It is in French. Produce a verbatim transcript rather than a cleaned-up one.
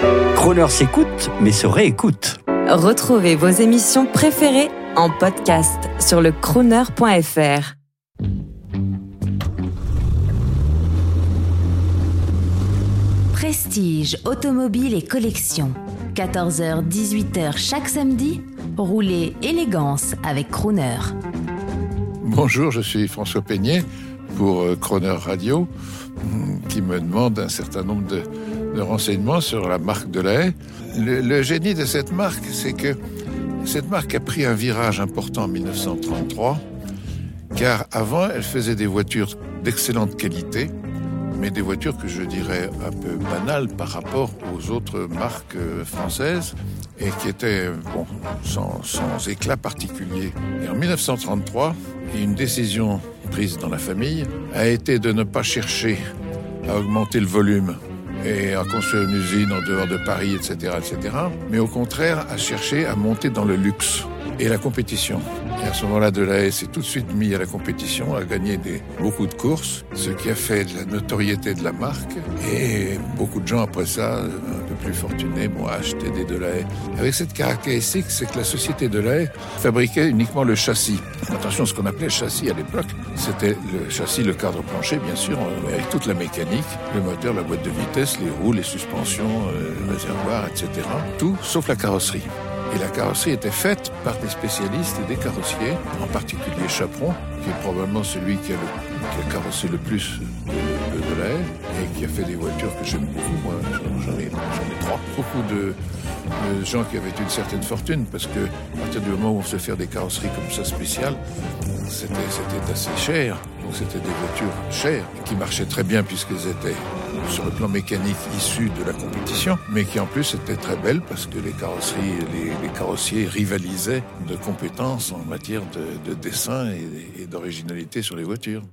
Crooner s'écoute, mais se réécoute. Retrouvez vos émissions préférées en podcast sur le crooner point f r. Prestige, automobile et collection. quatorze heures dix-huit heures chaque samedi, roulez élégance avec Crooner. Bonjour, je suis François Peignet pour Crooner Radio, qui me demande un certain nombre de, de renseignements sur la marque Delahaye. Le, le génie de cette marque, c'est que cette marque a pris un virage important en dix-neuf cent trente-trois, car avant, elle faisait des voitures d'excellente qualité, mais des voitures que je dirais un peu banales par rapport aux autres marques françaises et qui étaient bon, sans, sans éclat particulier. Et en dix-neuf cent trente-trois, une décision prise dans la famille a été de ne pas chercher à augmenter le volume et à construire une usine en dehors de Paris, et cetera, et cetera, mais au contraire à chercher à monter dans le luxe et la compétition. Et à ce moment-là, Delahaye s'est tout de suite mis à la compétition, a gagné des, beaucoup de courses, ce qui a fait de la notoriété de la marque. Et beaucoup de gens, après ça, un peu plus fortunés, ont acheté des Delahaye. Avec cette caractéristique, c'est que la société Delahaye fabriquait uniquement le châssis. Attention, ce qu'on appelait châssis à l'époque, c'était le châssis, le cadre plancher, bien sûr, avec toute la mécanique, le moteur, la boîte de vitesse, les roues, les suspensions, le réservoir, et cetera. Tout, sauf la carrosserie. Et la carrosserie était faite par des spécialistes et des carrossiers, en particulier Chaperon, qui est probablement celui qui a, le, qui a carrossé le plus de, de Delahaye et qui a fait des voitures que j'aime beaucoup. Moi, j'en ai, j'en ai trois. Beaucoup de, de gens qui avaient une certaine fortune, parce que à partir du moment où on se fait faire des carrosseries comme ça spéciales, c'était, c'était assez cher. Donc c'était des voitures chères, qui marchaient très bien puisqu'elles étaient sur le plan mécanique issues de la compétition, mais qui en plus étaient très belles parce que les carrosseries, les, les carrossiers rivalisaient de compétences en matière de, de dessin et, et d'originalité sur les voitures.